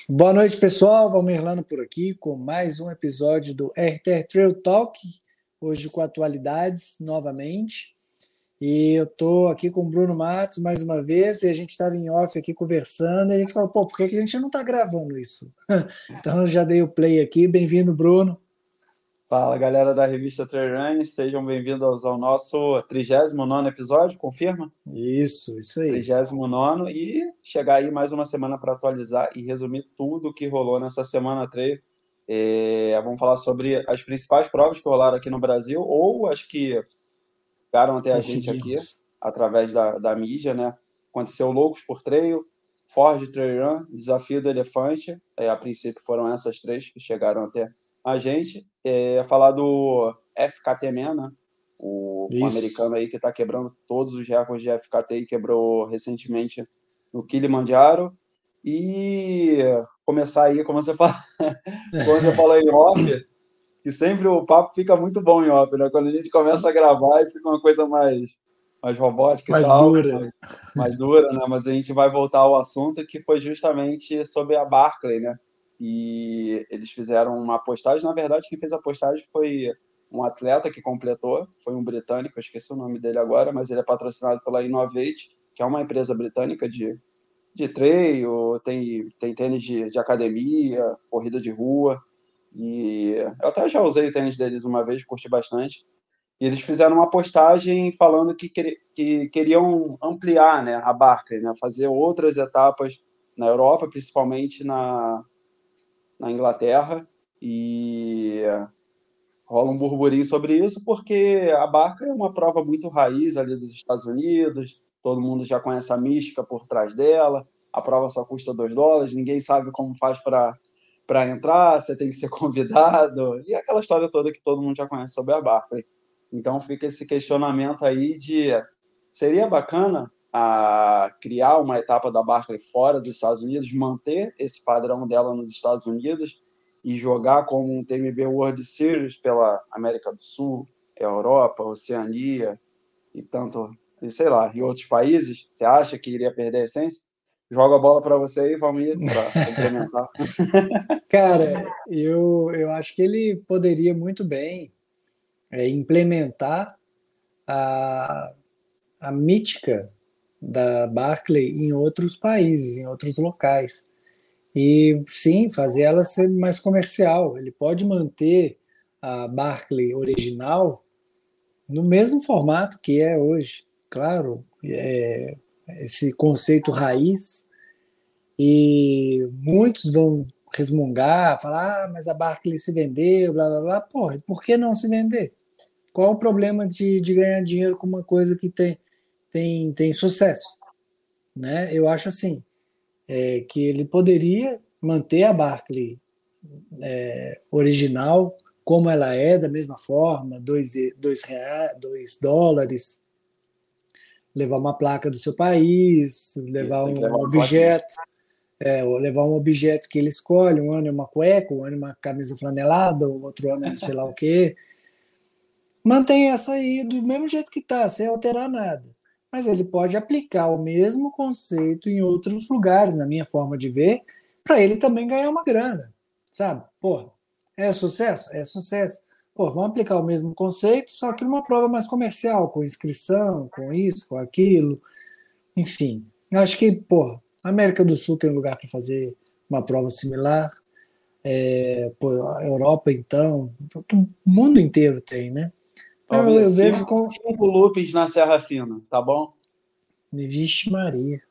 Boa noite, pessoal. Valmir por aqui com mais um episódio do RTR Trail Talk, hoje com atualidades novamente. E eu tô aqui com o Bruno Matos mais uma vez, e a gente estava em off aqui conversando, e a gente falou, pô, por que que a gente não está gravando isso? Então eu já dei o play aqui. Bem-vindo, Bruno. Fala, galera da revista Trail Running, sejam bem-vindos ao nosso 39º episódio, confirma? Isso aí. 39º e chegar aí mais uma semana para atualizar e resumir tudo o que rolou nessa semana trail. Vamos falar sobre as principais provas que rolaram aqui no Brasil ou as que chegaram até a gente aqui Conseguimos. através da mídia, né? Aconteceu Loucos por Trail, Ford Trail Run, Desafio do Elefante, a princípio foram essas três que chegaram até a gente. Falar do FKT-Man, né? O Isso. americano aí que está quebrando todos os recordes de FKT e quebrou recentemente no Kilimanjaro. E começar aí, como você fala, como você falou em off, que sempre o papo fica muito bom em off, né? Quando a gente começa a gravar e fica uma coisa mais robótica e Mais tal, dura. mais dura, né? Mas a gente vai voltar ao assunto que foi justamente sobre a Barclay, né? E eles fizeram uma postagem, na verdade, quem fez a postagem foi um atleta que completou, foi um britânico, eu esqueci o nome dele agora, mas ele é patrocinado pela Innovate, que é uma empresa britânica de trail, tem tênis de academia, corrida de rua, e eu até já usei o tênis deles uma vez, curti bastante. E eles fizeram uma postagem falando que queriam ampliar, né, a Barclay, né, fazer outras etapas na Europa, principalmente na Inglaterra. E rola um burburinho sobre isso, porque a Barclay é uma prova muito raiz ali dos Estados Unidos, todo mundo já conhece a mística por trás dela, a prova só custa US$ 2, ninguém sabe como faz para entrar, você tem que ser convidado, e aquela história toda que todo mundo já conhece sobre a Barclay. Então fica esse questionamento aí de seria bacana criar uma etapa da Barclay fora dos Estados Unidos, manter esse padrão dela nos Estados Unidos e jogar como um TMB World Series pela América do Sul, Europa, Oceania e tanto, e sei lá, e outros países. Você acha que iria perder a essência? Joga a bola para você aí, Valmir, para complementar. Cara, eu acho que ele poderia muito bem implementar a, a mítica da Barclay em outros países, em outros locais. E sim, fazer ela ser mais comercial. Ele pode manter a Barclay original no mesmo formato que é hoje. Claro, esse conceito raiz. E muitos vão resmungar, falar, mas a Barclay se vendeu, blá blá blá. Porra, por que não se vender? Qual o problema de ganhar dinheiro com uma coisa que tem sucesso? Né? Eu acho assim, que ele poderia manter a Barclay original como ela é, da mesma forma, dois dólares, levar uma placa do seu país, Isso, levar tem que levar um uma plaquinha. objeto, ou levar um objeto que ele escolhe, um ano é uma cueca, um ano é uma camisa flanelada, o outro ano é sei lá o quê. Mantém essa aí do mesmo jeito que está, sem alterar nada. Mas ele pode aplicar o mesmo conceito em outros lugares, na minha forma de ver, para ele também ganhar uma grana, sabe? Porra, é sucesso? É sucesso. Pô, vamos aplicar o mesmo conceito, só que numa prova mais comercial, com inscrição, com isso, com aquilo, enfim. Eu acho que, porra, a América do Sul tem lugar para fazer uma prova similar, pô, a Europa então, o mundo inteiro tem, né? Então Valmir, eu vejo cinco, com. cinco loopings na Serra Fina, tá bom? Vixe Maria.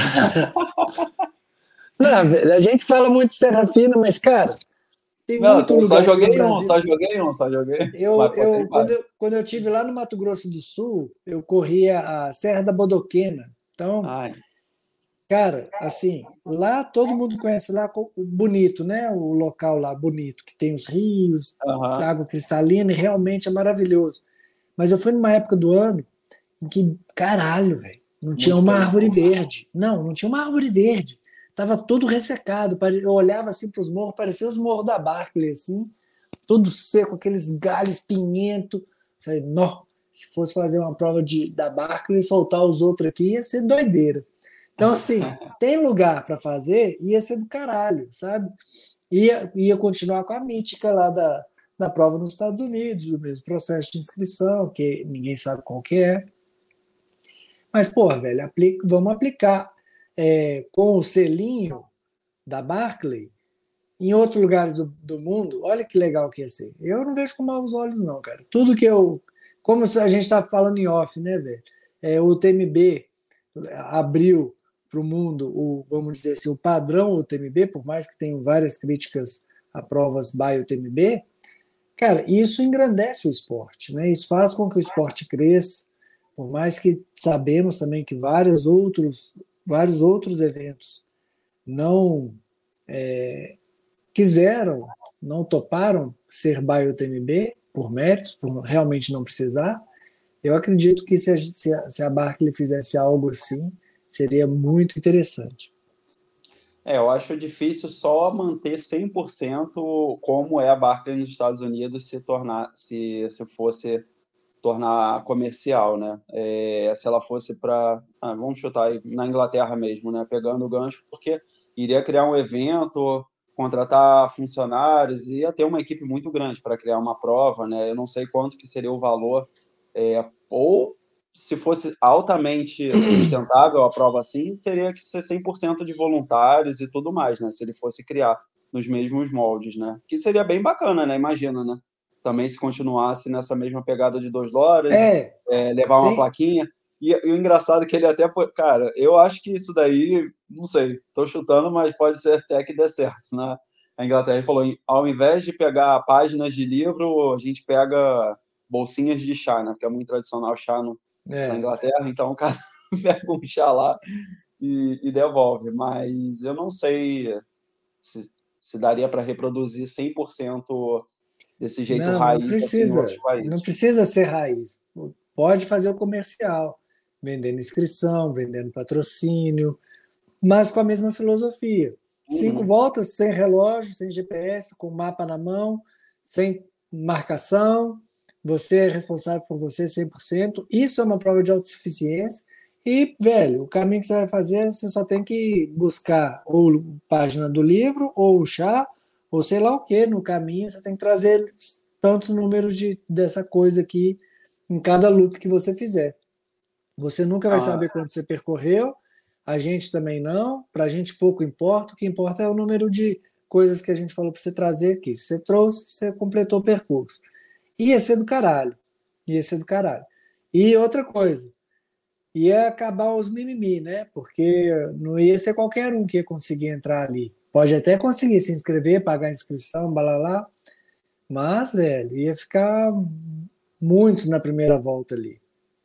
Não, a gente fala muito de Serra Fina, mas, cara, tem Não, muito então só lugar aqui no joguei um, Brasil. só joguei um, só joguei. Eu, Mas pode ter eu, quando, vários. eu, quando eu tive lá no Mato Grosso do Sul, eu corria a Serra da Bodoquena. Então, Ai, cara, assim, lá todo mundo conhece lá o bonito, né? O local lá bonito, que tem os rios, aham. água cristalina, e realmente é maravilhoso. Mas eu fui numa época do ano em que, caralho, velho, não tinha Muito uma quente. árvore verde. Não, não tinha uma árvore verde. Tava todo ressecado. Eu olhava assim para os morros, parecia os morros da Barclay, assim, todo seco, aqueles galhos pinhento. Falei, não, se fosse fazer uma prova da Barclay e soltar os outros aqui, ia ser doideira. Então, assim, tem lugar para fazer, ia ser do caralho, sabe? Ia continuar com a mítica lá da prova nos Estados Unidos, o mesmo processo de inscrição, que ninguém sabe qual que é. Mas, porra, velho, vamos aplicar com o selinho da Barclay em outros lugares do mundo. Olha que legal que ia ser. Eu não vejo com maus olhos, não, cara. Tudo que eu. Como a gente está falando em off, né, velho? O TMB abriu para o mundo, vamos dizer assim, o padrão UTMB, por mais que tenham várias críticas a provas by UTMB, cara, isso engrandece o esporte, né? Isso faz com que o esporte cresça, por mais que sabemos também que vários outros eventos não quiseram, não toparam ser by UTMB por méritos, por realmente não precisar. Eu acredito que se a Barkley fizesse algo assim, seria muito interessante. Eu acho difícil só manter 100% como é a Barclays nos Estados Unidos se fosse tornar comercial, né? Se ela fosse para, vamos chutar aí, na Inglaterra mesmo, né? Pegando o gancho, porque iria criar um evento, contratar funcionários, ia ter uma equipe muito grande para criar uma prova, né? Eu não sei quanto que seria o valor, ou se fosse altamente sustentável a prova assim, teria que ser 100% de voluntários e tudo mais, né? Se ele fosse criar nos mesmos moldes, né? Que seria bem bacana, né? Imagina, né? Também se continuasse nessa mesma pegada de $2, levar uma Tem, plaquinha. E o engraçado é que ele até... Cara, eu acho que isso daí, não sei, estou chutando, mas pode ser até que dê certo, né? A Inglaterra falou, ao invés de pegar páginas de livro, a gente pega bolsinhas de chá, né? Porque é muito tradicional chá na é, Inglaterra, então o cara pega um chá lá e devolve. Mas eu não sei se daria para reproduzir 100% desse jeito não raiz assim em outros precisa, não países. precisa ser raiz. Pode fazer o comercial, vendendo inscrição, vendendo patrocínio, mas com a mesma filosofia. 5 voltas, sem relógio, sem GPS, com mapa na mão, sem marcação, você é responsável por você 100%. Isso é uma prova de autossuficiência. E, velho, o caminho que você vai fazer, você só tem que buscar ou página do livro, ou o chá, ou sei lá o que no caminho. Você tem que trazer tantos números dessa coisa aqui em cada loop que você fizer. Você nunca vai Ah, saber quanto você percorreu, a gente também não, para a gente pouco importa, o que importa é o número de coisas que a gente falou para você trazer aqui. Se você trouxe, você completou o percurso. Ia ser do caralho. Ia ser do caralho. E outra coisa, ia acabar os mimimi, né? Porque não ia ser qualquer um que ia conseguir entrar ali. Pode até conseguir se inscrever, pagar a inscrição, balalá, mas, velho, ia ficar muitos na primeira volta ali.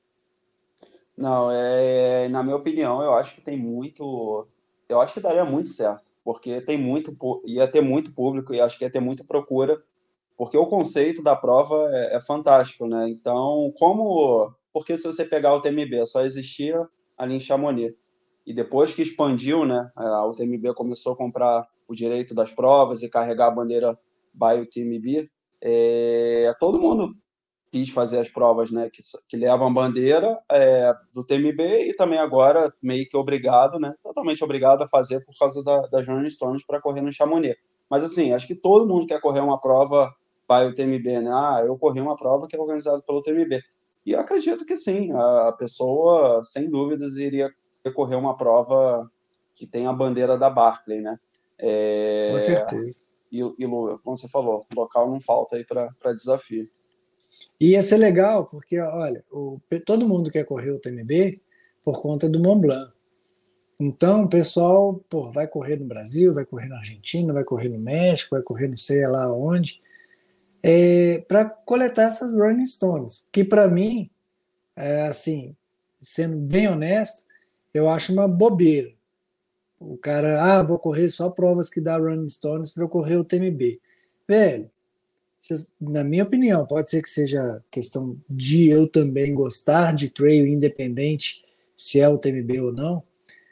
não, na minha opinião, eu acho que tem muito. Eu acho que daria muito certo, porque ia ter muito público e acho que ia ter muita procura, porque o conceito da prova é fantástico, né? Então, porque se você pegar o TMB, só existia ali em Chamonix. E depois que expandiu, né, a UTMB começou a comprar o direito das provas e carregar a bandeira by UTMB, todo mundo quis fazer as provas, né, que levam a bandeira do TMB e também agora meio que obrigado, né, totalmente obrigado a fazer por causa das Rolling Stones para correr no Chamonix. Mas assim, acho que todo mundo quer correr uma prova by UTMB, né? Eu corri uma prova que é organizada pelo UTMB. E eu acredito que sim, a pessoa, sem dúvidas, iria correr uma prova que tem a bandeira da Barclay, né? Com É, certeza. como você falou, local não falta aí para desafio. E ia ser legal, porque, olha, todo mundo quer correr o TMB por conta do Mont Blanc. Então, o pessoal, pô, vai correr no Brasil, vai correr na Argentina, vai correr no México, vai correr não sei lá onde, para coletar essas Rolling Stones, que para mim, assim, sendo bem honesto, eu acho uma bobeira. O cara, vou correr só provas que dá Rolling Stones para eu correr o TMB. Velho, na minha opinião, pode ser que seja questão de eu também gostar de trail independente se é o TMB ou não.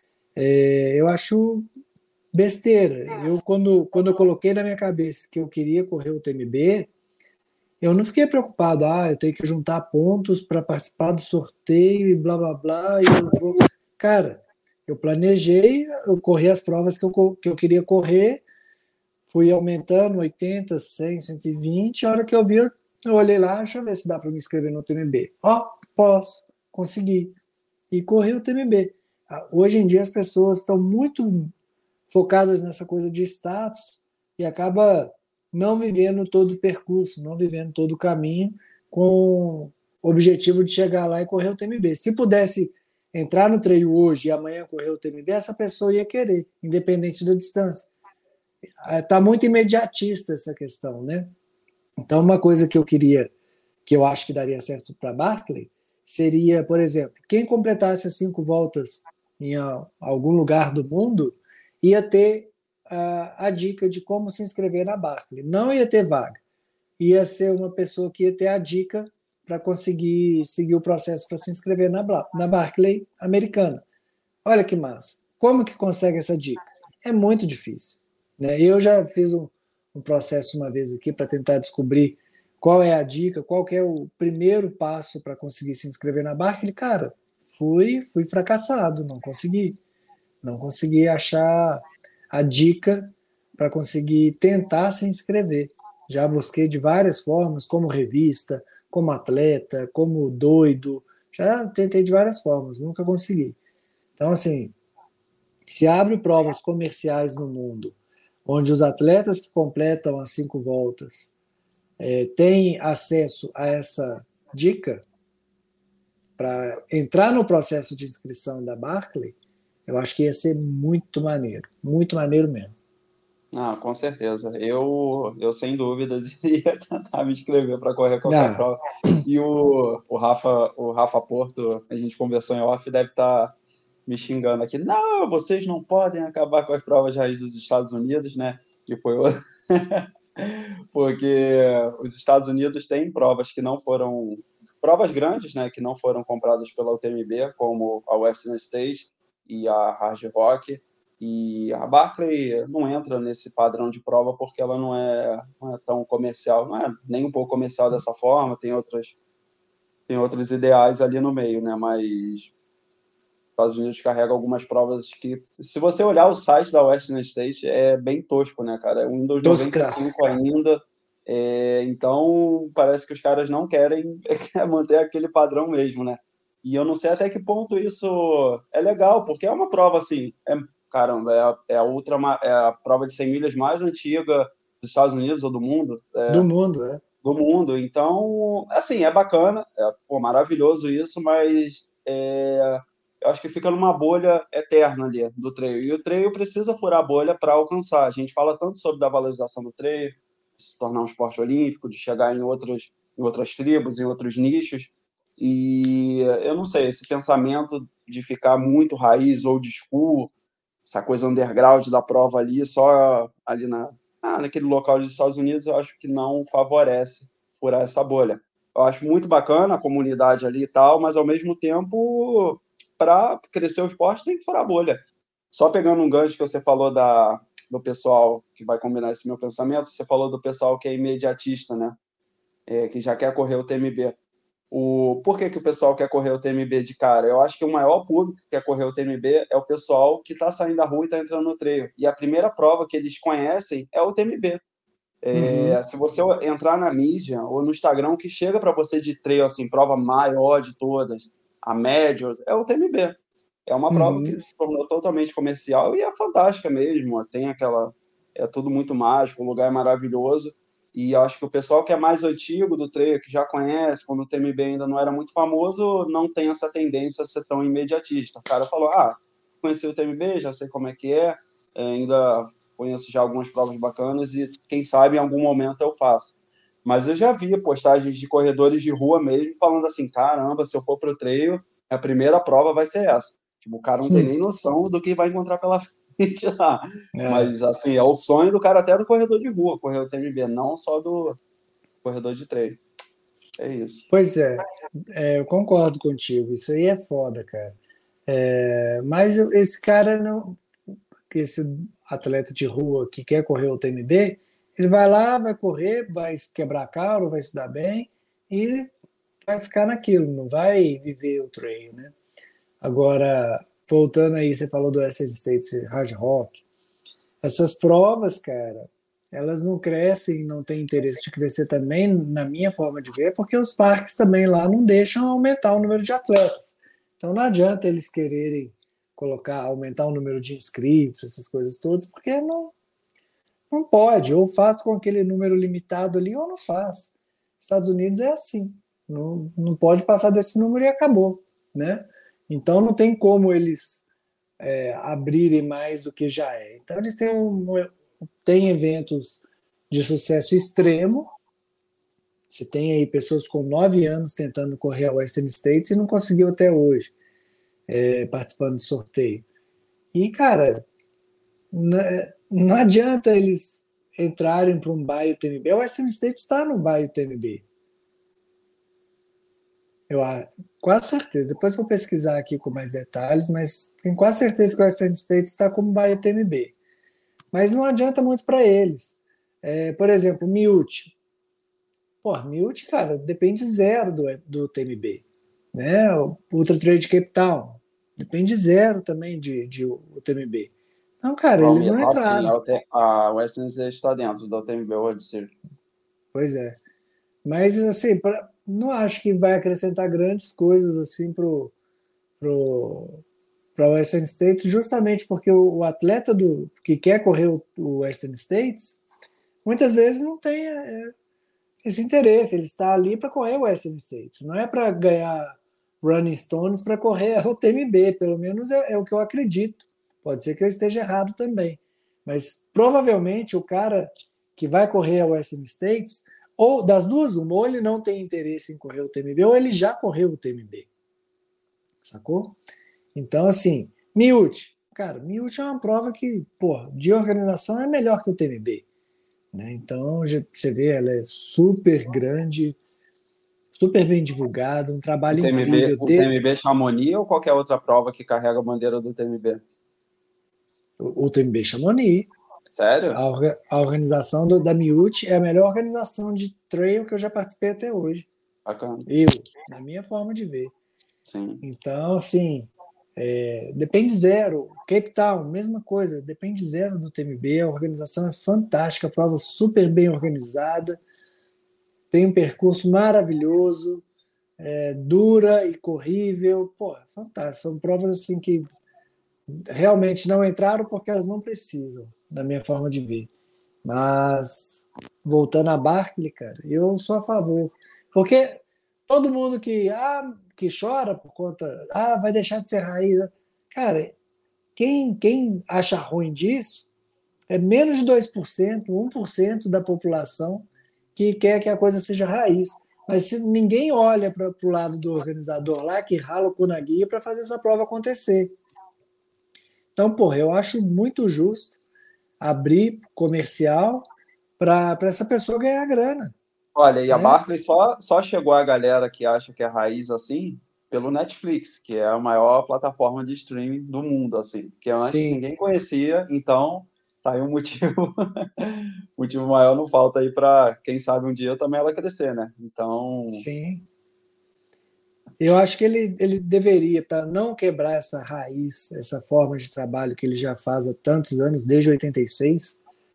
Eu acho besteira. Quando eu coloquei na minha cabeça que eu queria correr o TMB, eu não fiquei preocupado, eu tenho que juntar pontos para participar do sorteio e blá blá blá, e eu vou. Cara, Eu planejei, eu corri as provas que eu queria correr, fui aumentando 80, 100, 120. A hora que eu vi, eu olhei lá, deixa eu ver se dá para me inscrever no TMB. Ó, posso, consegui. E corri o TMB. Hoje em dia as pessoas estão muito focadas nessa coisa de status e acaba não vivendo todo o percurso, não vivendo todo o caminho com o objetivo de chegar lá e correr o TMB. Se pudesse entrar no treino hoje e amanhã correr o TMB, essa pessoa ia querer, independente da distância. Está muito imediatista essa questão, né? Então, uma coisa que eu queria, que eu acho que daria certo para Barkley, seria, por exemplo, quem completasse as 5 voltas em algum lugar do mundo ia ter a dica de como se inscrever na Barkley. Não ia ter vaga. Ia ser uma pessoa que ia ter a dica para conseguir seguir o processo para se inscrever na Barkley americana. Olha que massa. Como que consegue essa dica? É muito difícil, né? Eu já fiz um processo uma vez aqui para tentar descobrir qual é a dica, qual que é o primeiro passo para conseguir se inscrever na Barkley. Cara, fui fracassado, não consegui achar a dica para conseguir tentar se inscrever. Já busquei de várias formas, como revista, como atleta, como doido, já tentei de várias formas, nunca consegui. Então, assim, se abre provas comerciais no mundo, onde os atletas que completam as 5 voltas têm acesso a essa dica para entrar no processo de inscrição da Barkley, eu acho que ia ser muito maneiro mesmo. Ah, com certeza. Eu sem dúvidas, iria tentar me inscrever para correr qualquer Ah, prova. E o Rafa Porto, a gente conversou em off, deve estar me xingando aqui. Não, vocês não podem acabar com as provas de raiz dos Estados Unidos, né? Que foi o... Porque os Estados Unidos têm provas que não foram... Provas grandes, né? Que não foram compradas pela UTMB, como a Western State e a Hard Rock. E a Barkley não entra nesse padrão de prova porque ela não é tão comercial, não é nem um pouco comercial dessa forma, tem outros ideais ali no meio, né? Mas os Estados Unidos carrega algumas provas que, se você olhar o site da Western State, é bem tosco, né, cara? É Windows toscaço. 95 ainda, então parece que os caras não querem manter aquele padrão mesmo, né? E eu não sei até que ponto isso é legal, porque é uma prova assim, caramba, é a prova de 100 milhas mais antiga dos Estados Unidos ou do mundo, Do mundo, é. do mundo. Então, assim, é bacana, pô, maravilhoso isso, mas eu acho que fica numa bolha eterna ali do trail. E o trail precisa furar a bolha para alcançar. A gente fala tanto sobre a valorização do trail, de se tornar um esporte olímpico, de chegar em outras tribos, em outros nichos. E eu não sei, esse pensamento de ficar muito raiz ou de school, essa coisa underground da prova ali, só ali naquele local dos Estados Unidos, eu acho que não favorece furar essa bolha. Eu acho muito bacana a comunidade ali e tal, mas ao mesmo tempo, para crescer o esporte, tem que furar a bolha. Só pegando um gancho que você falou do pessoal, que vai combinar esse meu pensamento, você falou do pessoal que é imediatista, né? Que já quer correr o TMB. Por que que o pessoal quer correr o TMB de cara? Eu acho que o maior público que quer correr o TMB é o pessoal que está saindo da rua e está entrando no trail. E a primeira prova que eles conhecem é o TMB. Uhum, Se você entrar na mídia ou no Instagram, o que chega para você de trail, assim, prova maior de todas, a Majors, é o TMB. É uma prova que uhum. se tornou totalmente comercial e é fantástica mesmo. Tem aquela. É tudo muito mágico, o lugar é maravilhoso. E eu acho que o pessoal que é mais antigo do trail, que já conhece, quando o TMB ainda não era muito famoso, não tem essa tendência a ser tão imediatista. O cara falou: conheci o TMB, já sei como é que é, ainda conheço já algumas provas bacanas e quem sabe em algum momento eu faço. Mas eu já vi postagens de corredores de rua mesmo falando assim: caramba, se eu for pro trail, a primeira prova vai ser essa. Tipo, o cara não tem nem noção do que vai encontrar pela frente lá. É. Mas, assim, é o sonho do cara até do corredor de rua, correr o TMB, não só do corredor de trail. É isso. Pois é, eu concordo contigo. Isso aí é foda, cara. Mas esse cara não, esse atleta de rua que quer correr o TMB, ele vai lá, vai correr, vai se quebrar a cara, vai se dar bem e vai ficar naquilo, não vai viver o trail, né? Agora, voltando aí, você falou do Western States Hard Rock. Essas provas, cara, elas não crescem, não têm interesse de crescer também, na minha forma de ver, porque os parques também lá não deixam aumentar o número de atletas. Então não adianta eles quererem colocar, aumentar o número de inscritos, essas coisas todas, porque não pode. Ou faz com aquele número limitado ali, ou não faz. Estados Unidos é assim. Não pode passar desse número e acabou, né? Então não tem como eles abrirem mais do que já é. Então eles têm eventos de sucesso extremo. Você tem aí pessoas com 9 anos tentando correr a Western States e não conseguiu até hoje, participando de sorteio. E, cara, não adianta eles entrarem para um Bio TMB. O Western States está no Bio TMB. Eu quase certeza. Depois vou pesquisar aqui com mais detalhes, mas tenho quase certeza que o Western States está como Bio TMB. Mas não adianta muito para eles. Por exemplo, o Miúcha. Pô, Miúcha, cara, depende zero do TMB. Né? O Ultra Trail de Cape Town depende zero também de UTMB. Então, cara, eles não Ah, sim, entraram. a Western States está dentro do UTMB World Series. Pois é. Mas, assim, não acho que vai acrescentar grandes coisas assim para o Western States, justamente porque o atleta que quer correr o Western States, muitas vezes não tem esse interesse. Ele está ali para correr o Western States, não é para ganhar Running Stones para correr o TMB, pelo menos é o que eu acredito. Pode ser que eu esteja errado também. Mas provavelmente o cara que vai correr a Western States, ou das duas, uma, ou ele não tem interesse em correr o TMB, ou ele já correu o TMB. Sacou? Então, assim, Miúcha. Cara, Miúcha é uma prova que, pô, de organização é melhor que o TMB. Né? Então, você vê, ela é super grande, super bem divulgada, um O trabalho TMB, incrível. o TMB Chamonix ou qualquer outra prova que carrega a bandeira do TMB? O TMB Chamonix. Sério? A organização da Miúcha é a melhor organização de trail que eu já participei até hoje. Bacana. Na minha forma de ver. Sim. Então, assim, depende zero. Cape Town, mesma coisa, depende zero do TMB. A organização é fantástica, a prova super bem organizada, tem um percurso maravilhoso, dura e corrível. Pô, é fantástico. São provas assim que realmente não entraram porque elas não precisam, na minha forma de ver. Mas, voltando a Barkley, cara, eu sou a favor. Porque todo mundo que chora por conta, vai deixar de ser raiz. Cara, quem acha ruim disso é menos de 2%, 1% da população que quer que a coisa seja raiz. Mas se ninguém olha para o lado do organizador lá, que rala o cu na guia para fazer essa prova acontecer. Então, porra, eu acho muito justo abrir comercial para essa pessoa ganhar grana, Olha, e a né? Barclays só chegou a galera que acha que é raiz assim pelo Netflix, que é a maior plataforma de streaming do mundo, assim, que antes Sim, ninguém conhecia, então tá aí um motivo, motivo maior não falta aí para quem sabe um dia também ela crescer, né? Então, sim. Eu acho que ele deveria, para não quebrar essa raiz, essa forma de trabalho que ele já faz há tantos anos, desde 86,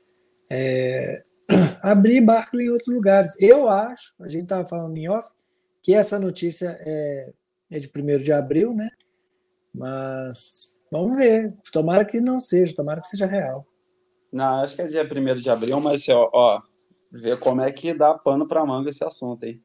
abrir Barclay em outros lugares. Eu acho, a gente estava falando em off, que essa notícia é de 1º de abril, né? Mas vamos ver. Tomara que não seja, tomara que seja real. não, acho que é dia 1º de abril, mas assim, ó, ver como é que dá pano para manga esse assunto, hein?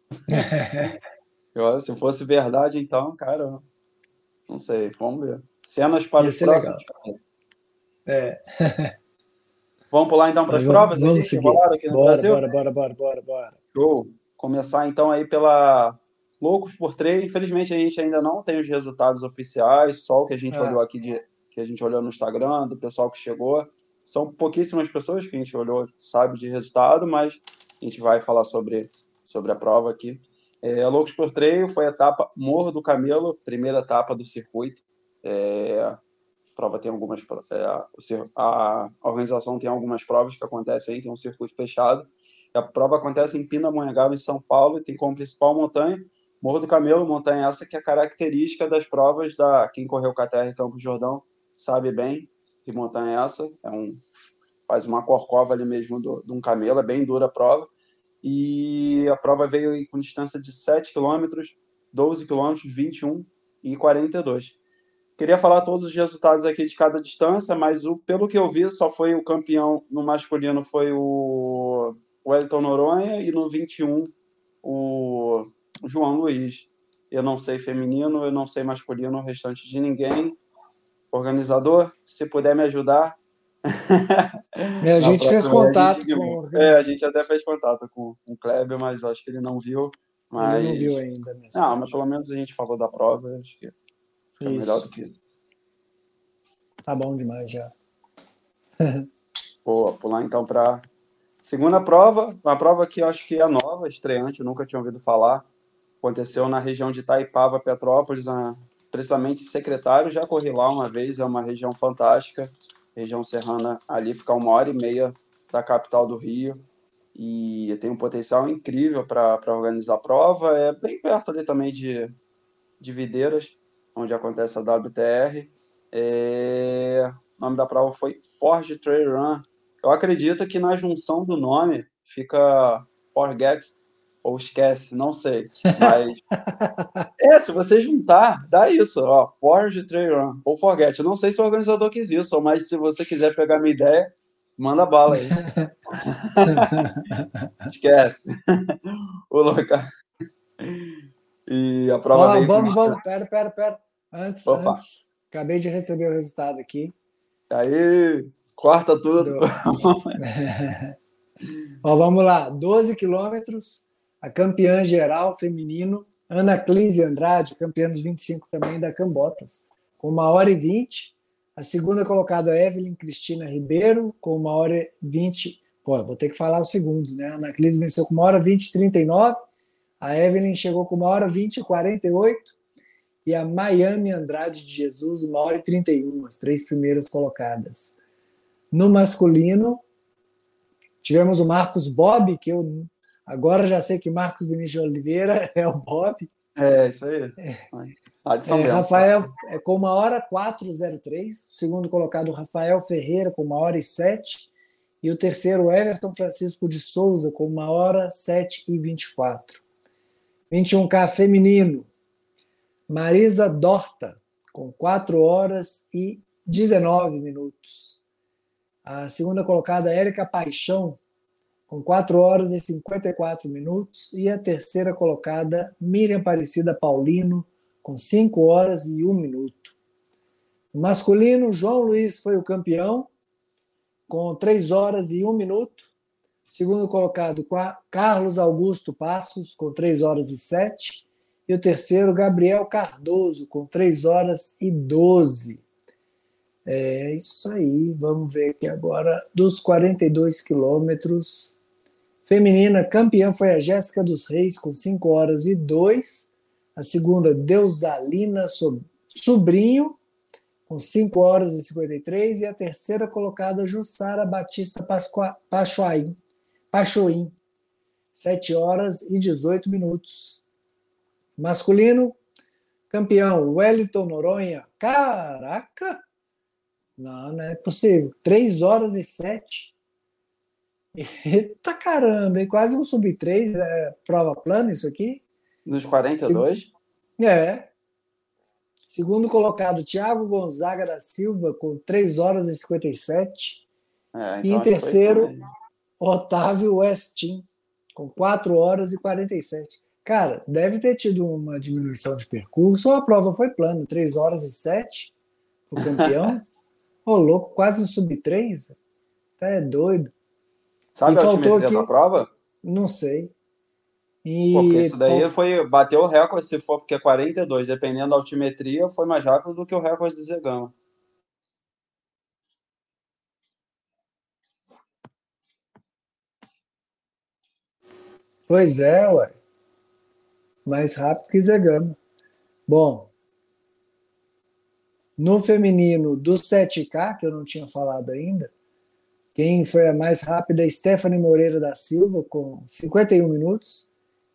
Se fosse verdade, então, cara, não sei, vamos ver. Cenas para Ia os ser próximos. legal. É, Vamos pular então para as mas provas aqui vamos que seguir. rolaram aqui no Bora, Brasil? bora, bora, bora, bora, bora. Show. Começar então aí pela Loucos por Trail. Infelizmente a gente ainda não tem os resultados oficiais, só o que a gente olhou Ah, aqui que a gente olhou no Instagram, do pessoal que chegou. São pouquíssimas pessoas que a gente olhou, sabe de resultado, mas a gente vai falar sobre a prova aqui. Loucos por Trail foi a etapa Morro do Camelo, primeira etapa do circuito. A prova tem algumas. A organização tem algumas provas que acontecem aí, tem um circuito fechado. A prova acontece em Pindamonhangaba, em São Paulo, e tem como principal montanha Morro do Camelo, montanha essa que é característica das provas quem correu KTR Campos Jordão sabe bem que montanha é essa. Faz uma corcova ali mesmo de um camelo, é bem dura a prova. E a prova veio com distância de 7 quilômetros, 12 quilômetros, 21 e 42. Queria falar todos os resultados aqui de cada distância, mas pelo que eu vi, só foi o campeão no masculino foi o Wellington Noronha e no 21 o João Luiz. Eu não sei feminino, eu não sei masculino, o restante de ninguém. Organizador, se puder me ajudar. A gente fez contato com o a gente até fez contato com o Kleber, mas acho que ele não viu. Ele não viu ainda. Não, mas pelo menos a gente falou da prova, acho que fica melhor do que isso. Tá bom demais já. Vou pular então para segunda prova, uma prova que eu acho que é nova, estreante, eu nunca tinha ouvido falar. Aconteceu na região de Itaipava, Petrópolis, precisamente Secretário, já corri lá uma vez, é uma região fantástica, região serrana, ali fica 1h30 da capital do Rio, e tem um potencial incrível para organizar a prova, é bem perto ali também de Videiras, onde acontece a WTR. O nome da prova foi Forge Trail Run. Eu acredito que na junção do nome fica Forget ou Esquece, não sei, mas se você juntar, dá isso, ó, Forge Trail Run ou Forget. Eu não sei se o organizador quis isso, mas se você quiser pegar minha ideia, manda bala aí. Esquece. O local. E a prova veio vamos, pera. Opa. Antes, acabei de receber o resultado aqui. Aí, corta tudo. Vamos lá, 12 quilômetros, a campeã geral feminino, Ana Clísia Andrade, campeã dos 25 também da Cambotas, com 1h20. A segunda colocada, Evelyn Cristina Ribeiro, com 1h20. Vou ter que falar os segundos, né? A Ana Clísia venceu com 1h20,39. A Evelyn chegou com 1h20,48. E a Miami Andrade de Jesus, 1h31, as 3 primeiras colocadas. No masculino, tivemos o Marcos Bob, que eu agora já sei que Marcos Vinícius Oliveira é o Bob. Isso aí. De São Bento. Rafael com 1h04,03. O segundo colocado, Rafael Ferreira, com 1h07. E o terceiro, Everton Francisco de Souza, com 1h07,24. 21K feminino, Marisa Dorta, com 4h19. A segunda colocada, Érica Paixão, com 4h54. E a terceira colocada, Miriam Aparecida Paulino, com 5h01. No masculino, João Luiz foi o campeão, com 3h01. Segundo colocado, Carlos Augusto Passos, com 3h07. E o terceiro, Gabriel Cardoso, com 3h12. É isso aí, vamos ver aqui agora dos 42 quilômetros. Feminina, campeã foi a Jéssica dos Reis, com 5h02. A segunda, Deusalina Sobrinho, com 5h53. E a terceira colocada, Jussara Batista Pachoim, 7h18. Masculino, campeão, Wellington Noronha. Caraca! Não é possível. 3h07. Eita caramba, hein? Quase um sub-3. Prova plana isso aqui? Nos 42? Segundo colocado, Thiago Gonzaga da Silva, com 3h57. Então e em terceiro, Otávio Westin, com 4h47. Cara, deve ter tido uma diminuição de percurso ou a prova foi plana. 3h07 o campeão. Louco, quase um sub-3. É doido. Sabe a altimetria da prova? Não sei. Porque isso daí bateu o recorde, se for porque é 42. Dependendo da altimetria, foi mais rápido do que o recorde de Zegama. Pois é, ué. Mais rápido que Zegama. Bom, no feminino do 7K, que eu não tinha falado ainda, quem foi a mais rápida é Stephanie Moreira da Silva, com 51 minutos.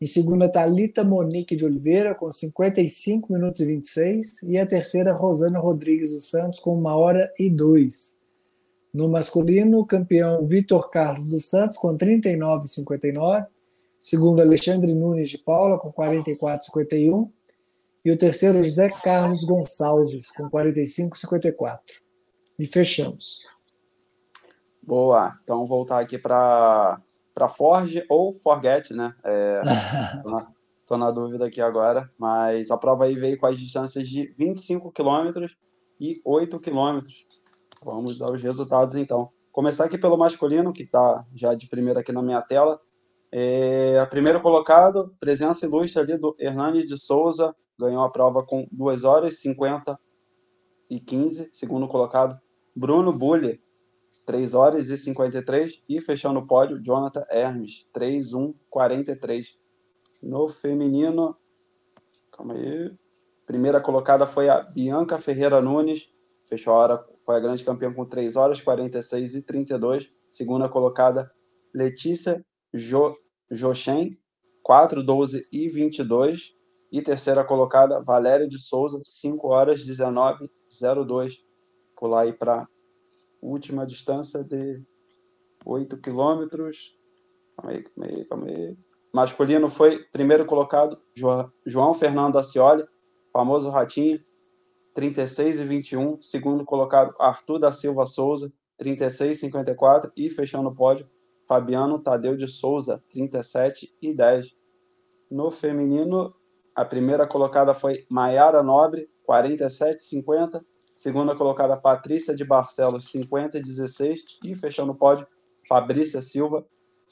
Em segunda, Thalita Monique de Oliveira, com 55 minutos e 26. E a terceira, Rosana Rodrigues dos Santos, com 1 hora e 2. No masculino, o campeão Vitor Carlos dos Santos, com 39,59. Segundo, Alexandre Nunes de Paula, com 44,51. E o terceiro, José Carlos Gonçalves, com 45,54. E fechamos. Boa. Então, voltar aqui para Forge ou Forget, né? Tô na dúvida aqui agora, mas a prova aí veio com as distâncias de 25 quilômetros e 8 quilômetros. Vamos aos resultados, então. Começar aqui pelo masculino, que está já de primeira aqui na minha tela. Primeiro colocado, presença ilustre ali do Hernani de Souza, ganhou a prova com 2 horas 50 e 15. Segundo colocado, Bruno Bulli, 3 horas e 53. E fechando o pódio, Jonathan Hermes, 3:1:43. No feminino, calma aí. Primeira colocada foi a Bianca Ferreira Nunes, fechou a hora, foi a grande campeã com 3 horas 46 e 32. Segunda colocada, Letícia Jochen, 4:12 e 22. E terceira colocada, Valéria de Souza, 5 horas 19:02. Pular aí para última distância de 8 quilômetros. Calma aí. Masculino foi primeiro colocado, João Fernando Ascioli, famoso Ratinho, 36:21. Segundo colocado, Arthur da Silva Souza, 36:54. E fechando o pódio, Fabiano Tadeu de Souza, 37:10. No feminino, a primeira colocada foi Maiara Nobre, 47:50. Segunda colocada, Patrícia de Barcelos, 50:16. E fechando o pódio, Fabrícia Silva,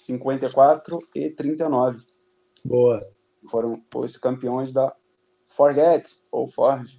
54:39. Boa. Foram os campeões da Forget ou Forge.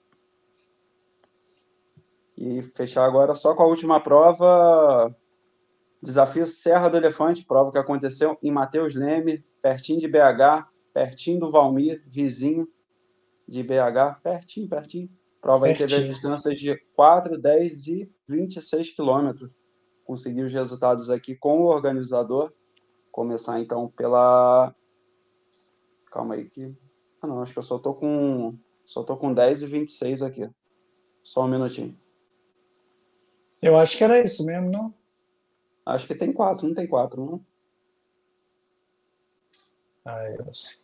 E fechar agora só com a última prova, desafio Serra do Elefante, prova que aconteceu em Mateus Leme, pertinho de BH, pertinho do Valmir, vizinho de BH, pertinho. Prova aí teve as distâncias de 4, 10 e 26 quilômetros. Consegui os resultados aqui com o organizador. Começar então pela... Calma aí que... não, acho que eu só tô com 10 e 26 aqui. Só um minutinho. Eu acho que era isso mesmo, não? Acho que tem 4, não tem 4, não? Eu sei.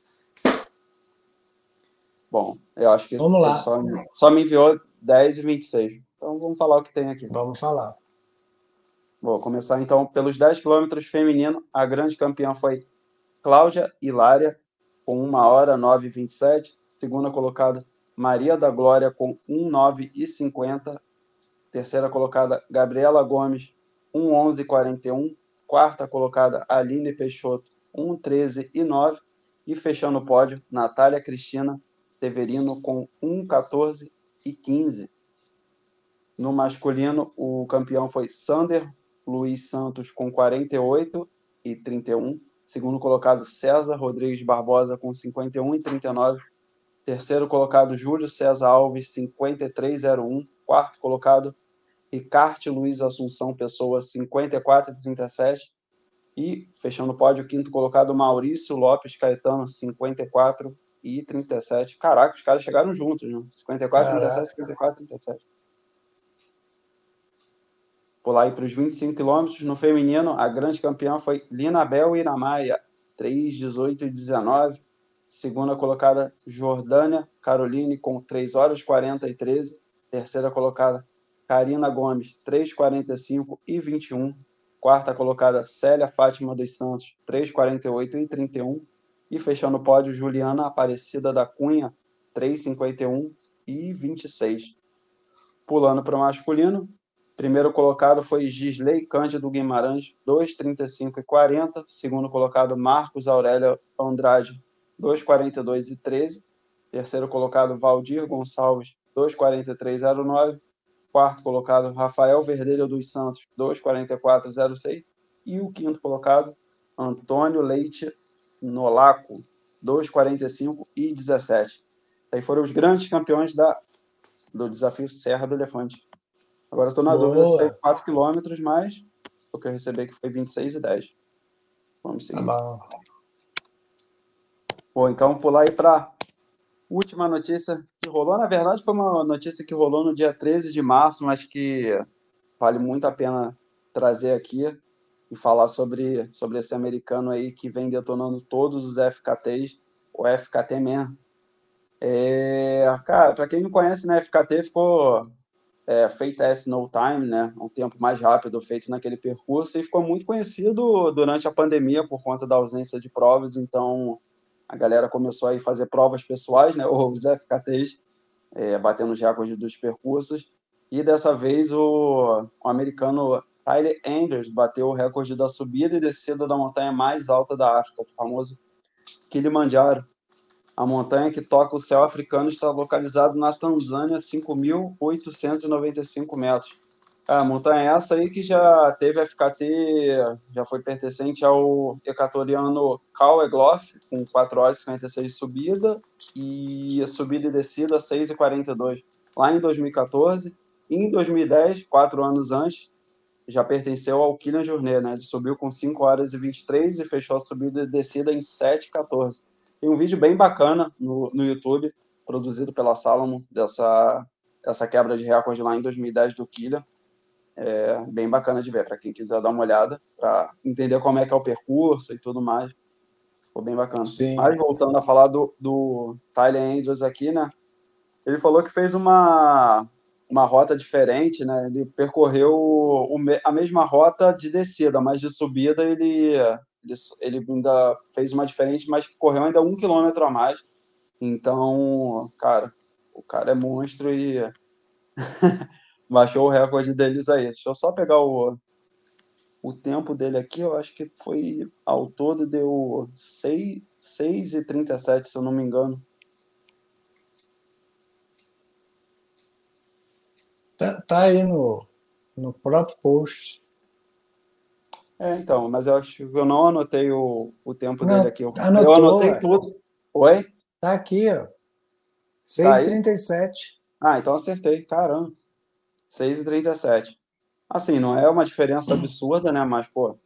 Bom, eu acho que Vamos lá. só me enviou 10 e 26. Então vamos falar o que tem aqui. Vamos falar. Vou começar então pelos 10 quilômetros feminino. A grande campeã foi Cláudia Hilária, com 1 hora 9:27. Segunda colocada, Maria da Glória, com 1:9:50. Terceira colocada, Gabriela Gomes, 1:11:41. Quarta colocada, Aline Peixoto, 1:13:09. E fechando o pódio, Natália Cristina Severino, com 1:14:15. No masculino, o campeão foi Sander Luiz Santos, com 48:31. Segundo colocado, César Rodrigues Barbosa, com 51:39. Terceiro colocado, Júlio César Alves, 53:01. Quarto colocado, Ricarte Luiz Assunção Pessoa, 54:37. E, fechando o pódio, quinto colocado, Maurício Lopes Caetano, 54:37. Caraca, os caras chegaram juntos, né? 54:37, 54:37. Pular aí para os 25 quilômetros. No feminino, a grande campeã foi Linabel Iramaia, 3:18:19. Segunda colocada, Jordânia Caroline, com 3 horas 40:13. Terceira colocada, Karina Gomes, 3:45:21. Quarta colocada, Célia Fátima dos Santos, 3:48:31. E fechando o pódio, Juliana Aparecida da Cunha, 3:51:26. Pulando para o masculino, primeiro colocado foi Gisley Cândido Guimarães, 2:35:40. Segundo colocado, Marcos Aurélio Andrade, 2:42:13. Terceiro colocado, Valdir Gonçalves, 2:43:09. Quarto colocado, Rafael Verdelho dos Santos, 2:44:06. E o quinto colocado, Antônio Leite Nolaco, 2:45:17. Esses aí foram os grandes campeões do desafio Serra do Elefante. Agora estou na dúvida se é 4 quilômetros, mas o que eu recebi aqui foi 26:10. Vamos seguir. Tá bom. Ou então pular aí para última notícia que rolou. Na verdade, foi uma notícia que rolou no dia 13 de março, mas que vale muito a pena trazer aqui e falar sobre esse americano aí que vem detonando todos os FKTs, o FKT Man. Cara, para quem não conhece, né, FKT ficou Fate as No Time, né, um tempo mais rápido feito naquele percurso e ficou muito conhecido durante a pandemia por conta da ausência de provas, então a galera começou a fazer provas pessoais, né, os FKTs, batendo os recordes dos percursos, e dessa vez o americano Tyler Andrews bateu o recorde da subida e descida da montanha mais alta da África, o famoso Kilimanjaro. A montanha que toca o céu africano está localizada na Tanzânia, a 5.895 metros. A montanha essa aí que já teve FKT, já foi pertencente ao equatoriano Cal Egloff, com 4 horas e 56 de subida, e subida e descida 6h42, lá em 2014. E em 2010, 4 anos antes, já pertenceu ao Kilian Jornet, né? Ele subiu com 5 horas e 23 e fechou a subida e descida em 7h14. Tem um vídeo bem bacana no YouTube, produzido pela Salomon, dessa quebra de recorde lá em 2010 do Kilian. Bem bacana de ver, para quem quiser dar uma olhada, para entender como é que é o percurso e tudo mais. Ficou bem bacana. Sim. Mas voltando a falar do Tyler Andrews aqui, né? Ele falou que fez uma rota diferente, né? Ele percorreu a mesma rota de descida, mas de subida ele ainda fez uma diferente, mas que correu ainda 1 quilômetro a mais. Então, cara, o cara é monstro e baixou o recorde deles aí. Deixa eu só pegar o tempo dele aqui, eu acho que foi ao todo deu 6h37, se eu não me engano. Tá aí no próprio post. Então, mas eu acho que eu não anotei o tempo dele Não, aqui. Eu anotou, anotei ué. tudo. Oi? Tá aqui, ó. Tá seis e aí? trinta e sete. Ah, então acertei. Caramba. 6h37. Assim, não é uma diferença absurda, né? Mas, pô,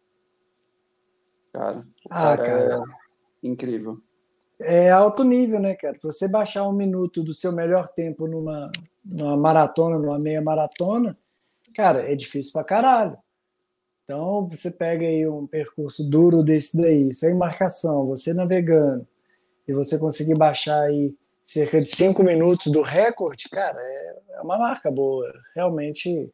cara, o Ah, cara é cara, incrível. é alto nível, né, cara? Pra você baixar 1 minuto do seu melhor tempo numa maratona, numa meia maratona, cara, é difícil pra caralho. Então, você pega aí um percurso duro desse daí, sem marcação, você navegando, e você conseguir baixar aí cerca de 5 minutos do recorde, cara, é uma marca boa. Realmente,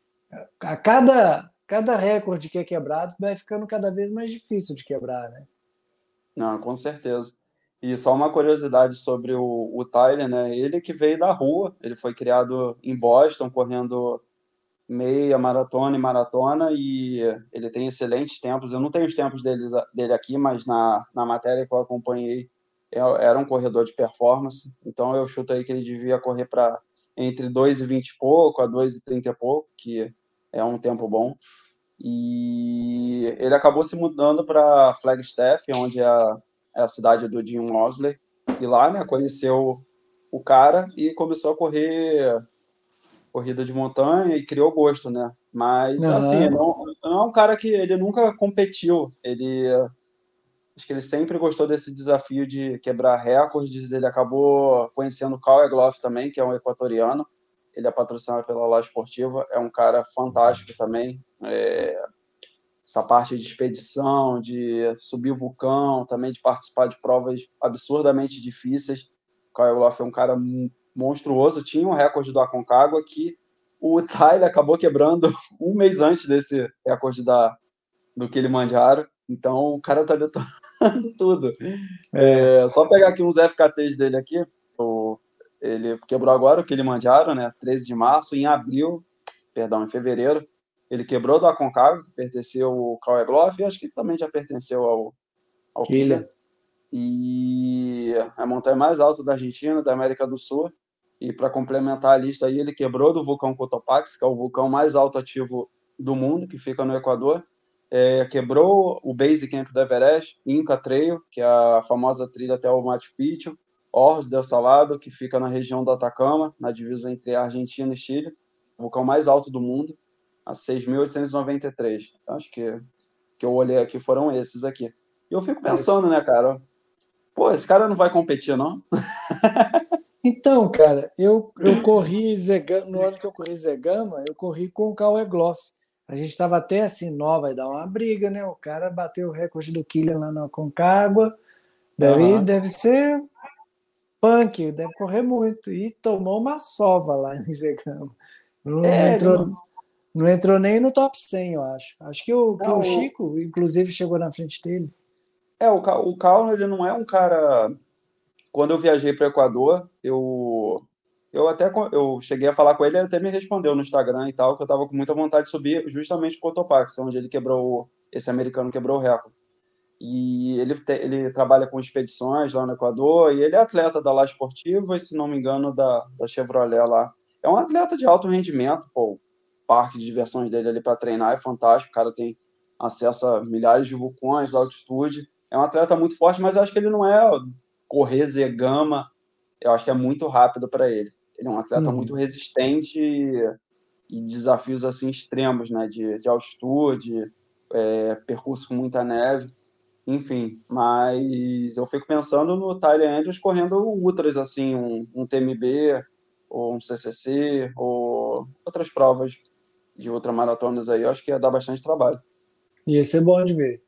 cada recorde que é quebrado vai ficando cada vez mais difícil de quebrar, né? Não, com certeza. E só uma curiosidade sobre o Tyler, né? Ele que veio da rua, ele foi criado em Boston, correndo meia maratona e maratona, e ele tem excelentes tempos. Eu não tenho os tempos dele aqui, mas na matéria que eu acompanhei, era um corredor de performance, então eu chuto aí que ele devia correr para entre 2h20 e pouco a 2h30 e pouco, que é um tempo bom. E ele acabou se mudando para Flagstaff, onde é a cidade do Jim Mosley, e lá, né, conheceu o cara e começou a correr corrida de montanha e criou gosto, né? Mas, assim, Aham. não é um cara que ele nunca competiu. Acho que ele sempre gostou desse desafio de quebrar recordes. Ele acabou conhecendo o Cal Egloff também, que é um equatoriano. Ele é patrocinado pela La Esportiva. É um cara fantástico também. Essa parte de expedição, de subir o vulcão, também de participar de provas absurdamente difíceis. O Kyle Egloff é um cara monstruoso, tinha um recorde do Aconcagua que o Tyler acabou quebrando um mês antes desse recorde do Kilimanjaro. Então o cara tá detonando tudo. É, Só pegar aqui uns FKTs dele aqui. Ele quebrou agora o Kilimanjaro, né? 13 de março, em abril, perdão, em fevereiro, ele quebrou do Aconcagua, que pertenceu ao Cal Egloff, e acho que também já pertenceu ao Kilian. Killian. E a montanha mais alta da Argentina, da América do Sul. E para complementar a lista aí, ele quebrou do vulcão Cotopaxi, que é o vulcão mais alto ativo do mundo, que fica no Equador. Quebrou o Base Camp do Everest, Inca Trail, que é a famosa trilha até o Machu Picchu, Orros del Salado, que fica na região do Atacama, na divisa entre a Argentina e Chile, o vulcão mais alto do mundo, a 6.893. Acho que eu olhei aqui foram esses aqui. E eu fico É pensando, né, cara? Pô, esse cara não vai competir, não? Então, cara, eu corri no ano que eu corri Zegama, eu corri com o Cauê Gloff. A gente estava até assim, nó, vai dar uma briga, né? O cara bateu o recorde do Killian lá na Concagua, Aham. deve ser punk, deve correr muito. E tomou uma sova lá em Zegama. Não É, ele entrou, não. não entrou nem no top 100, eu acho. Acho que o Não, Chico, inclusive, chegou na frente dele. o Kauno, ele não é um cara. Quando eu viajei para o Equador, eu cheguei a falar com ele, ele até me respondeu no Instagram e tal, que eu estava com muita vontade de subir justamente o Cotopaxi, onde ele quebrou, esse americano quebrou o recorde. E ele trabalha com expedições lá no Equador, e ele é atleta da La Esportiva e, se não me engano, da Chevrolet lá. É um atleta de alto rendimento, pô, o parque de diversões dele ali para treinar é fantástico, o cara tem acesso a milhares de vulcões, altitude. É um atleta muito forte, mas eu acho que ele não é correr Zegama, eu acho que é muito rápido para ele. Ele é um atleta muito Uhum. resistente e desafios assim extremos, né, de altitude, percurso com muita neve. Enfim, mas eu fico pensando no Tyler Andrews correndo ultras, assim, um TMB, ou um CCC, ou outras provas de ultramaratonas aí, eu acho que ia dar bastante trabalho. Ia ser bom de ver.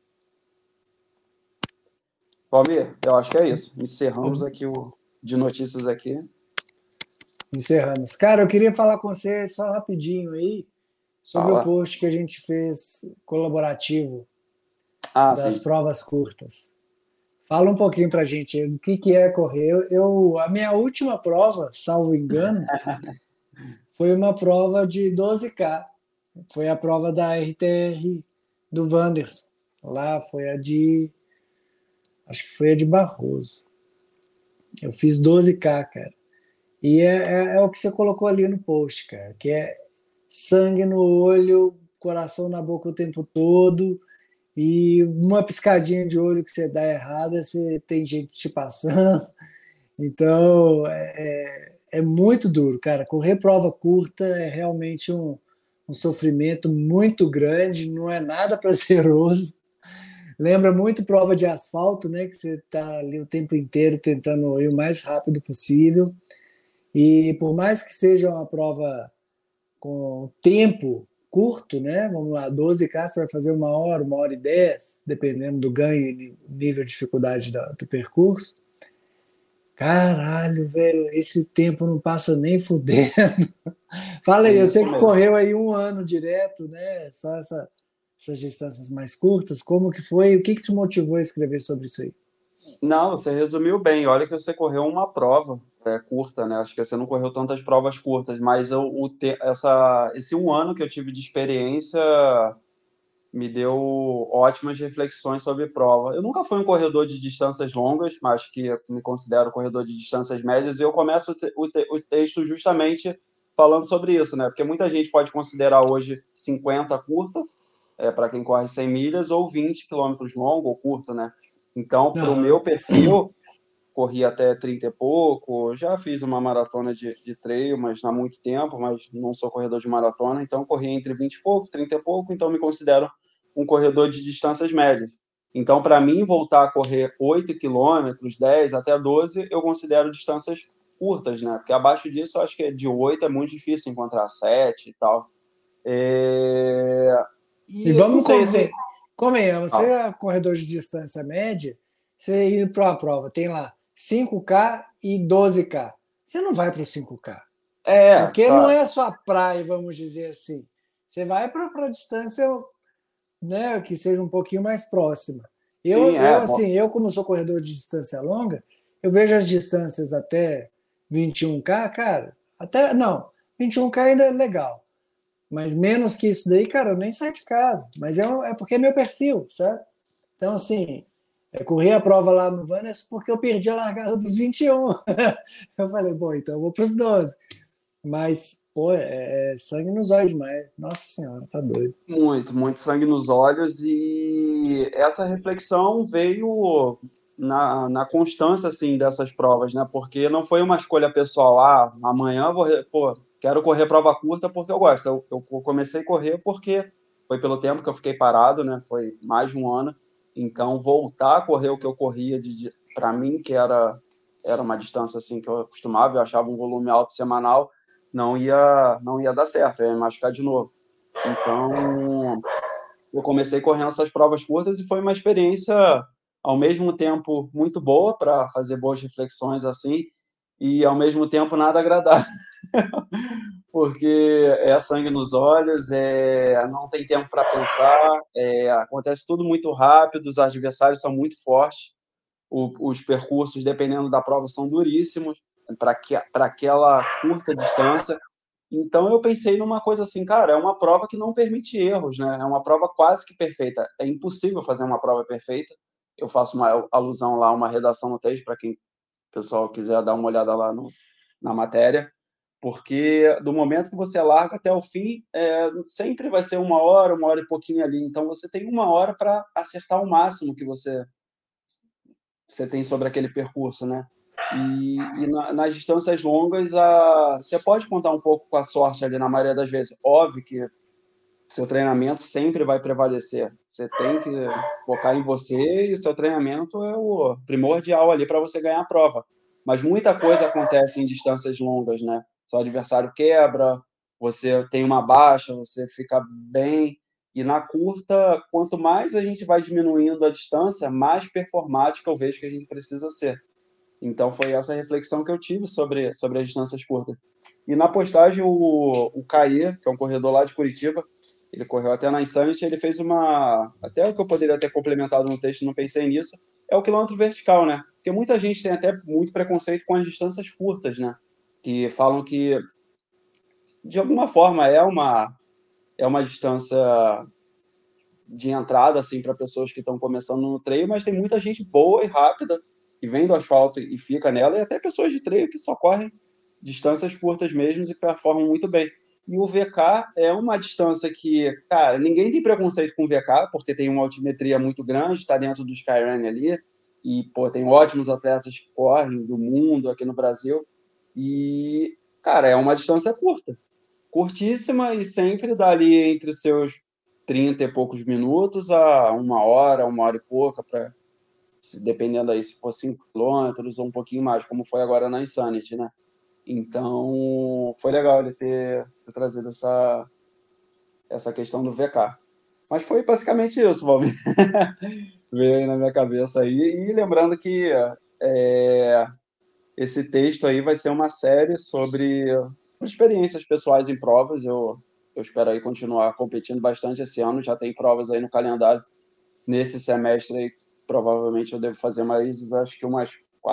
Valmir, eu acho que é isso. Encerramos aqui o de notícias aqui. Encerramos. Cara, eu queria falar com você só rapidinho aí sobre o Fala. post que a gente fez colaborativo Ah, das sim. provas curtas. Fala um pouquinho pra gente aí do que é correr. A minha última prova, salvo engano, foi uma prova de 12K. Foi a prova da RTR do Wanderson. Lá foi a de, acho que foi a de Barroso. Eu fiz 12K, cara. E é o que você colocou ali no post, cara, que é sangue no olho, coração na boca o tempo todo, e uma piscadinha de olho que você dá errada, você tem gente te passando. Então, é muito duro, cara. Correr prova curta é realmente um sofrimento muito grande, não é nada prazeroso. Lembra muito prova de asfalto, né? Que você está ali o tempo inteiro tentando ir o mais rápido possível. E por mais que seja uma prova com tempo curto, né? Vamos lá, 12K você vai fazer 1 hora e 10, dependendo do ganho e nível de dificuldade do percurso. Caralho, velho, esse tempo não passa nem fudendo. Fala É aí, eu sei isso que mesmo. correu aí 1 ano direto, né? Só essas distâncias mais curtas. Como que foi? O que que te motivou a escrever sobre isso aí? Não, você resumiu bem. Olha que você correu uma prova curta, né? Acho que você não correu tantas provas curtas, mas esse 1 ano que eu tive de experiência me deu ótimas reflexões sobre prova. Eu nunca fui um corredor de distâncias longas, mas acho que eu me considero corredor de distâncias médias, e eu começo o texto justamente falando sobre isso, né? Porque muita gente pode considerar hoje 50 curta, para quem corre 100 milhas, ou 20 quilômetros longo ou curto, né? Então, para o meu Aham. perfil, corri até 30 e pouco, já fiz uma maratona de trail, mas há muito tempo, mas não sou corredor de maratona, então corri entre 20 e pouco, 30 e pouco, então me considero um corredor de distâncias médias. Então, para mim, voltar a correr 8 quilômetros, 10 até 12, eu considero distâncias curtas, né? Porque abaixo disso, eu acho que de 8 é muito difícil encontrar 7 e tal. É... E E não vamos sei, assim... convenhamos, você Ah, é corredor de distância média, você ir para uma prova, tem lá 5K e 12K. Você não vai para o 5K, porque não claro. é a sua praia, vamos dizer assim. Você vai para a distância, né, que seja um pouquinho mais próxima. Sim, Assim, eu como sou corredor de distância longa, eu vejo as distâncias até 21K, cara, até, não, 21K ainda é legal, mas menos que isso daí, cara, eu nem saio de casa. Mas é porque é meu perfil, sabe? Então, assim, eu corri a prova lá no Vannes porque eu perdi a largada dos 21. Eu falei, bom, então eu vou para os 12. Mas, pô, é sangue nos olhos demais. Nossa senhora, tá doido. muito, muito sangue nos olhos, e essa reflexão veio na constância assim dessas provas, né? Porque não foi uma escolha pessoal, amanhã eu vou, pô, quero correr prova curta porque eu gosto. Eu comecei a correr porque foi pelo tempo que eu fiquei parado, né? Foi mais de 1 ano. Então voltar a correr o que eu corria para mim, que era uma distância assim que eu acostumava, eu achava um volume alto semanal, não ia dar certo, eu ia me machucar de novo. Então, eu comecei correndo essas provas curtas e foi uma experiência, ao mesmo tempo, muito boa para fazer boas reflexões assim, e ao mesmo tempo nada agradável, porque é sangue nos olhos, não tem tempo para pensar, acontece tudo muito rápido, os adversários são muito fortes, os percursos, dependendo da prova, são duríssimos para aquela curta distância. Então eu pensei numa coisa assim, cara, é uma prova que não permite erros, né? É uma prova quase que perfeita. É impossível fazer uma prova perfeita. Eu faço uma alusão lá, uma redação no texto, para quem o pessoal quiser dar uma olhada lá na matéria, porque do momento que você larga até o fim, sempre vai ser uma hora e pouquinho ali. Então você tem uma hora para acertar o máximo que você tem sobre aquele percurso, né? Nas distâncias longas, você pode contar um pouco com a sorte ali na maioria das vezes. Óbvio que seu treinamento sempre vai prevalecer. Você tem que focar em você e seu treinamento é o primordial ali para você ganhar a prova. Mas muita coisa acontece em distâncias longas, né? Seu adversário quebra, você tem uma baixa, você fica bem. E na curta, quanto mais a gente vai diminuindo a distância, mais performática eu vejo que a gente precisa ser. Então foi essa reflexão que eu tive sobre as distâncias curtas. E na postagem, o Caê, que é um corredor lá de Curitiba, ele correu até na Insanity, ele fez até o que eu poderia ter complementado no texto, não pensei nisso, é o quilômetro vertical, né? Porque muita gente tem até muito preconceito com as distâncias curtas, né? Que falam que, de alguma forma, é uma distância de entrada, assim, para pessoas que estão começando no trail, mas tem muita gente boa e rápida que vem do asfalto e fica nela, e até pessoas de trail que só correm distâncias curtas mesmo e performam muito bem. E o VK é uma distância que, cara, ninguém tem preconceito com o VK, porque tem uma altimetria muito grande, está dentro do Skyrun ali, e, pô, tem ótimos atletas que correm do mundo aqui no Brasil, e, cara, é uma distância curta. Curtíssima e sempre dali entre seus 30 e poucos minutos a uma hora e pouca, dependendo aí se for 5 quilômetros ou um pouquinho mais, como foi agora na Insanity, né? Então, foi legal ele ter trazido essa questão do VK. Mas foi basicamente isso, Valmir. Veio aí na minha cabeça aí. E lembrando que esse texto aí vai ser uma série sobre experiências pessoais em provas. Eu espero aí continuar competindo bastante esse ano. Já tem provas aí no calendário. Nesse semestre aí, provavelmente eu devo fazer acho que umas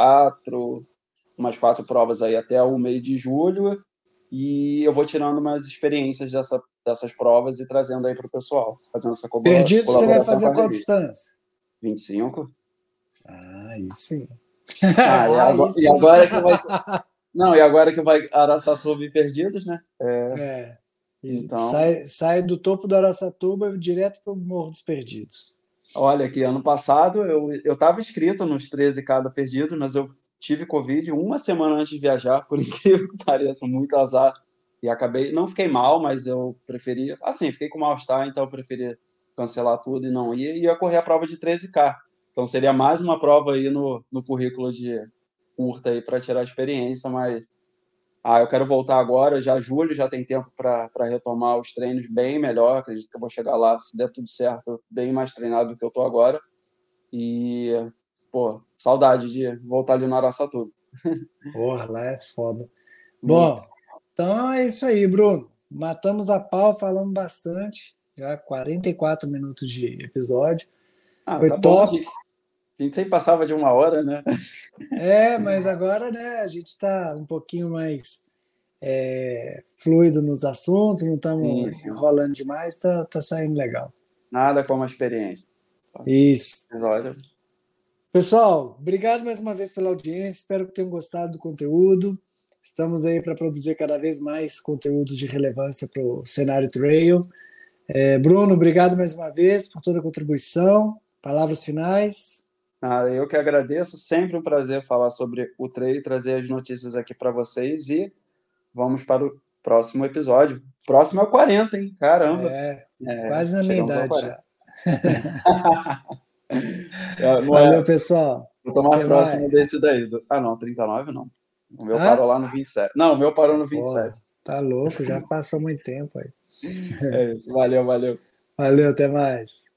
quatro provas aí até o mês de julho. E eu vou tirando umas experiências dessas provas e trazendo aí para o pessoal, fazendo essa Perdido você vai colaboração com fazer a qual revista. distância? 25. Aí sim. E Aí sim. agora que vai. Não, e agora que vai Araçatuba e Perdidos, né? É. Então, Sai do topo do Araçatuba direto para o Morro dos Perdidos. olha, que ano passado eu estava inscrito nos 13K do Perdidos, mas eu tive Covid uma semana antes de viajar, por incrível que pareça, muito azar. E acabei, não fiquei mal, mas eu preferi, assim, fiquei com mal-estar, então eu preferi cancelar tudo e não ir. E ia correr a prova de 13K. Então seria mais uma prova aí no currículo de curta aí para tirar a experiência, mas eu quero voltar agora, já julho, já tem tempo para retomar os treinos bem melhor, acredito que eu vou chegar lá, se der tudo certo, bem mais treinado do que eu estou agora. E, pô, saudade de voltar ali no Araçatuba. Porra, lá é foda. Muito. Bom, então é isso aí, Bruno. Matamos a pau, falamos bastante. Já 44 minutos de episódio. Foi Tá bom, top. a gente sempre passava de uma hora, né? Mas agora, né, a gente está um pouquinho mais fluido nos assuntos, não Sim, estamos sim. enrolando demais, tá saindo legal. Nada como a experiência. Isso. Episódio. Pessoal, obrigado mais uma vez pela audiência, espero que tenham gostado do conteúdo. Estamos aí para produzir cada vez mais conteúdos de relevância para o cenário trail. Bruno, obrigado mais uma vez por toda a contribuição. Palavras finais. Eu que agradeço, sempre um prazer falar sobre o trail, trazer as notícias aqui para vocês e vamos para o próximo episódio. Próximo é o 40, hein? Caramba! Quase na minha Chegamos ao idade 40. já. Não Valeu, é, pessoal. Eu tô mais Até próximo mais. desse daí. Ah, não, 39 não. O meu Hã? parou lá no 27. Não, o meu parou no Porra, 27. tá louco, já passou muito tempo aí. É isso. Valeu, valeu. Valeu, até mais.